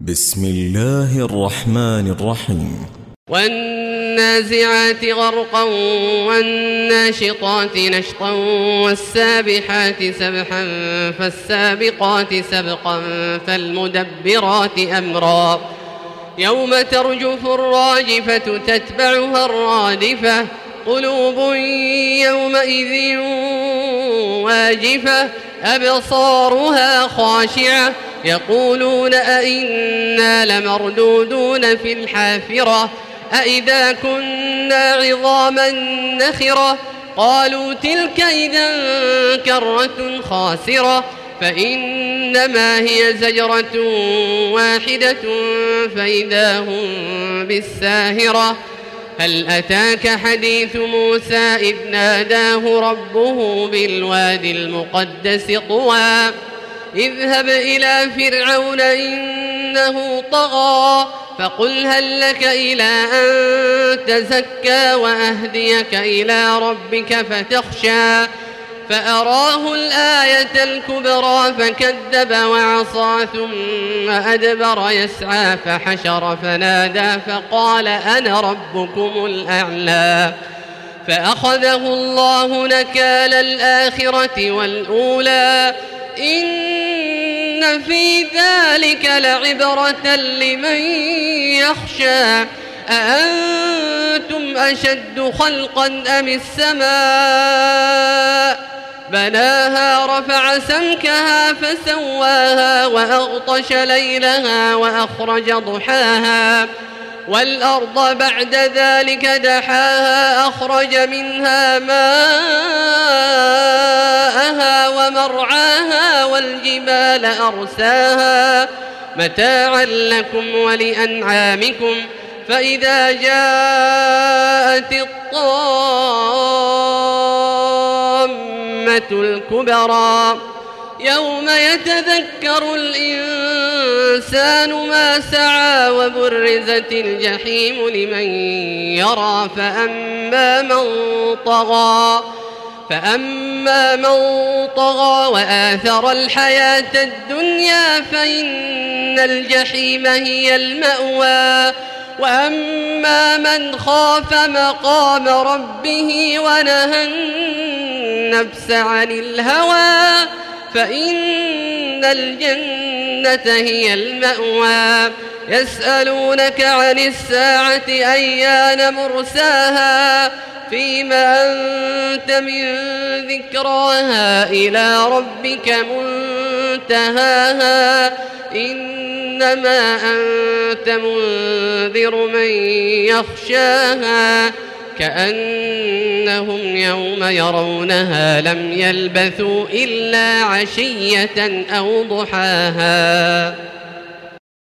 بسم الله الرحمن الرحيم والنازعات غرقا والناشطات نشطا والسابحات سبحا فالسابقات سبقا فالمدبرات أمرا يوم ترجف الراجفة تتبعها الرادفة قلوب يومئذ واجفة أبصارها خاشعة يقولون أئنا لمردودون في الحافرة أئذا كنا عظاما نخرة قالوا تلك إذا كرة خاسرة فإنما هي زجرة واحدة فإذا هم بالساهرة هل أتاك حديث موسى إذ ناداه ربه بالوادي المقدس طوى اذهب إلى فرعون إنه طغى فقل هل لك إلى أن تزكى وأهديك إلى ربك فتخشى فأراه الآية الكبرى فكذب وعصى ثم أدبر يسعى فحشر فنادى فقال أنا ربكم الأعلى فأخذه الله نكال الآخرة والأولى إن في ذلك لعبرة لمن يخشى أأنتم أشد خلقا أم السماء بناها رفع سمكها فسواها وأغطش ليلها وأخرج ضحاها والأرض بعد ذلك دحاها أخرج منها ماءها ومرعاها والجبال أرساها متاعا لكم ولأنعامكم فإذا جاءت الطامة الكبرى يوم يتذكر الإنسان ما سعى وبرزت الجحيم لمن يرى فأما من طغى وآثر الحياة الدنيا فإن الجحيم هي المأوى وأما من خاف مقام ربه ونهى النفس عن الهوى فإن الجنة هي المأوى يسألونك عن الساعة أيان مرساها فيما أنت من ذكراها إلى ربك منتهاها إنما أنت منذر من يخشاها كأنهم يوم يرونها لم يلبثوا إلا عشية أو ضحاها.